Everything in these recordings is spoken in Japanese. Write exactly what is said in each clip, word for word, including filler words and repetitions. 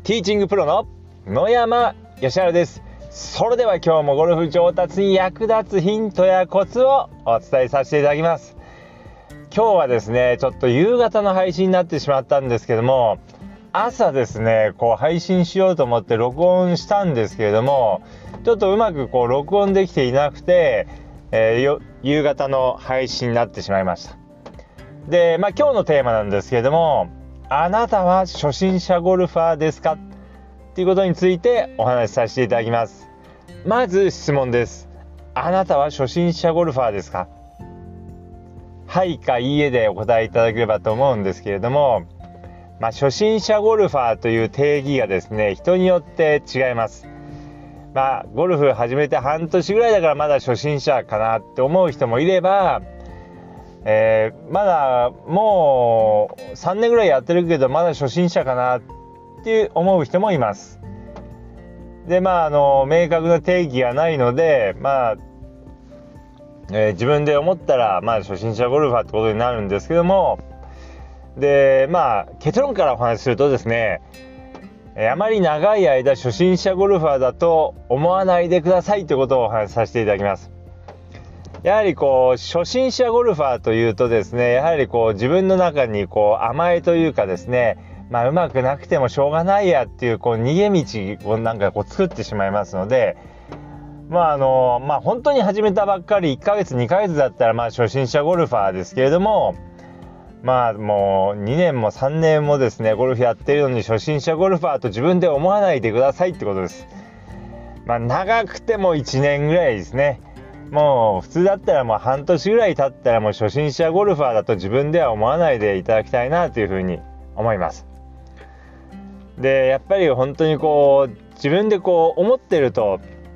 ティーチングプロの野山義晴です。それでは今日もゴルフ上達に役立つヒントやコツをお伝えさせていただきます。今日はですね、ちょっと夕方の配信になってしまったんですけども、朝ですね、こう配信しようと思って録音したんですけれども、ちょっとうまくこう録音できていなくて、えー、よ夕方の配信になってしまいました。で、まあ今日のテーマなんですけれども、あなたは初心者ゴルファーですかっていうことについてお話しさせていただきます。まず質問です。あなたは初心者ゴルファーですか？はいかいいえでお答えいただければと思うんですけれども、まあ、初心者ゴルファーという定義がですね、人によって違います。まあ、ゴルフ始めて半年ぐらいだからまだ初心者かなって思う人もいれば、えー、まだもうさんねんぐらいやってるけどまだ初心者かなって思う人もいます。で、まああの明確な定義がないので、まあ、えー、自分で思ったらまあ初心者ゴルファーってことになるんですけども、でまあ結論からお話しするとですね、えー、あまり長い間初心者ゴルファーだと思わないでくださいということをお話しさせていただきます。やはりこう初心者ゴルファーというとですね、やはりこう自分の中にこう甘えというかですね、まあうまくなくてもしょうがないやっていうこう逃げ道をなんかこう作ってしまいますので、まああのまあ本当に始めたばっかりいっかげつにかげつだったらまあ初心者ゴルファーですけれども、まあもうにねんもさんねんもですねゴルフやっているのに初心者ゴルファーと自分で思わないでくださいってことです。まあ長くてもいちねんぐらいですね。もう普通だったらもう半年ぐらい経ったらもう初心者ゴルファーだと自分では思わないでいただきたいなというふうに思います。でやっぱり本当にこう自分でこう思ってると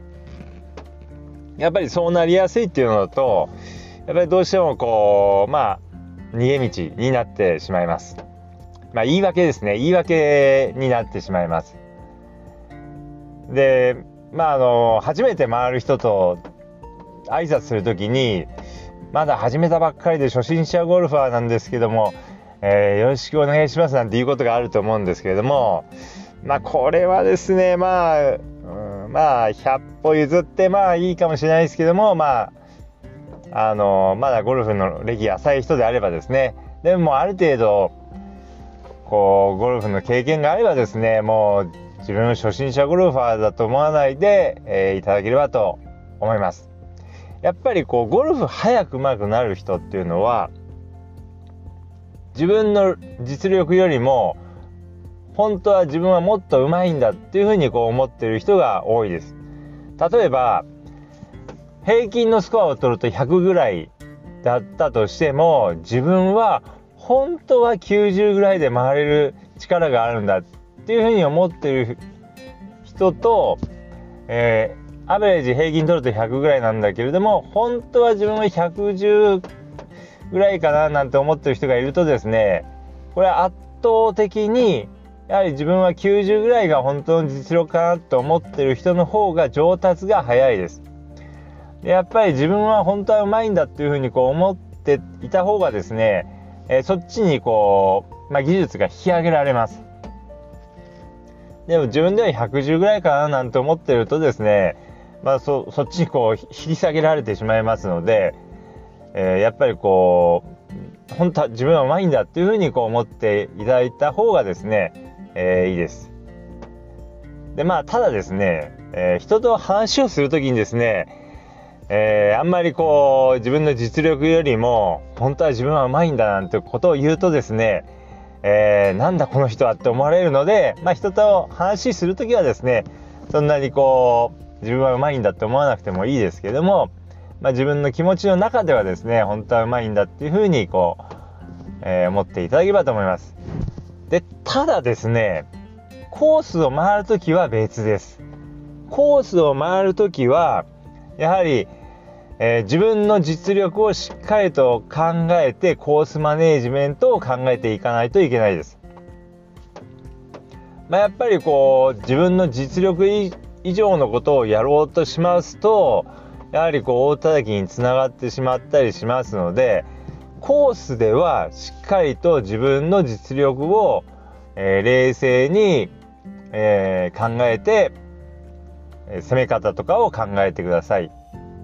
やっぱりそうなりやすいっていうのと、やっぱりどうしてもこうまあ逃げ道になってしまいます。まあ言い訳ですね、言い訳になってしまいます。でまああの初めて回る人と挨拶するときに、まだ始めたばっかりで初心者ゴルファーなんですけども、えー、よろしくお願いしますなんていうことがあると思うんですけれども、まあこれはですね、まあ、うん、まあひゃっぽ譲ってまあいいかもしれないですけども、まああのまだゴルフの歴浅い人であればですね、でもある程度こうゴルフの経験があればですね、もう自分初心者ゴルファーだと思わないで、えー、いただければと思います。やっぱりこうゴルフ早く上手くなる人っていうのは自分の実力よりも本当は自分はもっと上手いんだっていうふうにこう思ってる人が多いです。例えば平均のスコアを取るとひゃくぐらいだったとしても、自分は本当はきゅうじゅうぐらいで回れる力があるんだっていうふうに思ってる人と、えーアベレージ平均取るとひゃくぐらいなんだけれども、本当は自分はひゃくじゅうぐらいかななんて思ってる人がいるとですね、これは圧倒的にやはり自分はきゅうじゅうぐらいが本当の実力かなと思ってる人の方が上達が早いです。でやっぱり自分は本当はうまいんだっていうふうにこう思っていた方がですね、えー、そっちにこう、まあ、技術が引き上げられます。でも自分ではひゃくじゅうぐらいかななんて思ってるとですね、まあ、そ, そっちにこう引き下げられてしまいますので、えー、やっぱりこう本当は自分はうまいんだっていうふうにこう思っていただいた方がですね、えー、いいです。でまあただですね、えー、人と話をするときにですね、えー、あんまりこう自分の実力よりも本当は自分はうまいんだなんてことを言うとですね、えー、なんだこの人はって思われるので、まあ、人と話するときはですね、そんなにこう自分はうまいんだって思わなくてもいいですけども、まあ、自分の気持ちの中ではですね、本当はうまいんだっていうふうにこう、えー、思っていただければと思います。でただですね、コースを回るときは別です。コースを回るときはやはり、えー、自分の実力をしっかりと考えてコースマネージメントを考えていかないといけないです。まあ、やっぱりこう自分の実力以上のことをやろうとしますと、やはりこう大叩きにつながってしまったりしますので、コースではしっかりと自分の実力を、えー、冷静にえー、考えて、えー、攻め方とかを考えてください。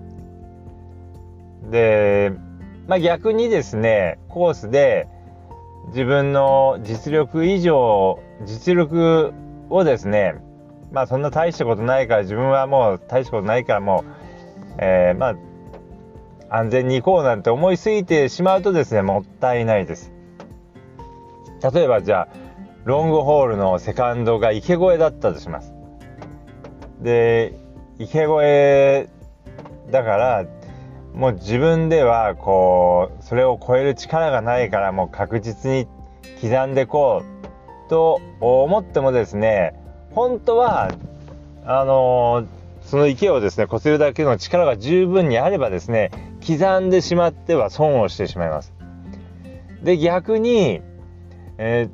で、まあ、逆にですね、コースで自分の実力以上、実力をですね、まあそんな大したことないから、自分はもう大したことないからもう、えー、まあ安全に行こうなんて思いすぎてしまうとですね、もったいないです。例えばじゃあロングホールのセカンドが池越えだったとします。で、池越えだからもう自分ではこうそれを超える力がないから、もう確実に刻んでこうと思ってもですね、本当はあのー、その池をですね越せるだけの力が十分にあればですね、刻んでしまっては損をしてしまいます。で、逆に、えー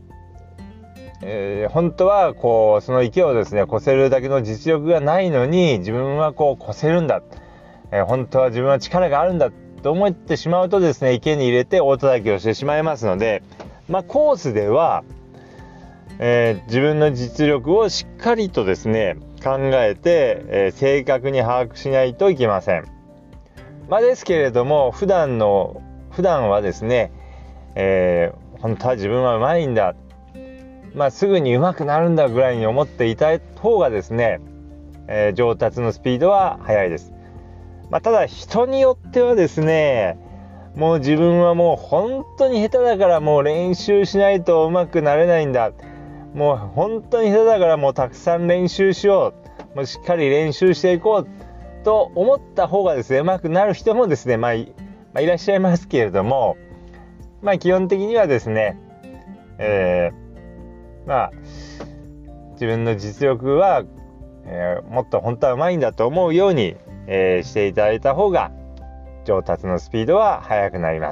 えー、本当はこうその池をですね越せるだけの実力がないのに、自分はこう越せるんだ、えー、本当は自分は力があるんだと思ってしまうとですね、池に入れて大叩きをしてしまいますので、まあ、コースでは、えー、自分の実力をしっかりとですね考えて、えー、正確に把握しないといけません。まあ、ですけれども普段の普段はですね、えー、本当は自分はうまいんだ、まあ、すぐに上手くなるんだぐらいに思っていた方がですね、えー、上達のスピードは速いです。まあ、ただ人によってはですね、もう自分はもう本当に下手だからもう練習しないと上手くなれないんだ、もう本当に下手だからもうたくさん練習しよう、もうしっかり練習していこうと思った方がですね上手くなる人もですね、まあ、い, まあ、いらっしゃいますけれども、まあ基本的にはですね、えー、まあ自分の実力は、えー、もっと本当は上手いんだと思うように、えー、していただいた方が上達のスピードは速くなります。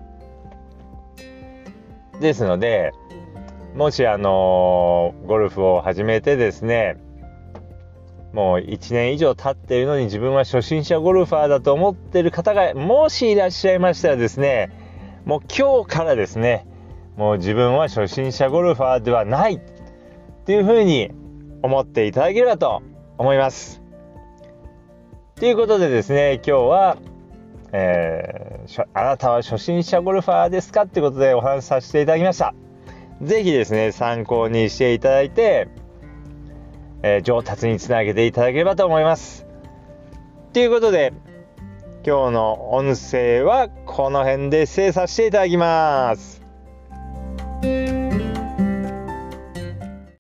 ですので、もしあのー、ゴルフを始めてですね、もういちねん以上経っているのに自分は初心者ゴルファーだと思っている方がもしいらっしゃいましたらですね、もう今日からですね、もう自分は初心者ゴルファーではないっていうふうに思っていただければと思います。ということでですね、今日は、えー、あなたは初心者ゴルファーですかってことでお話しさせていただきました。ぜひですね参考にしていただいて、えー、上達につなげていただければと思います。ということで今日の音声はこの辺で失礼させていただきます。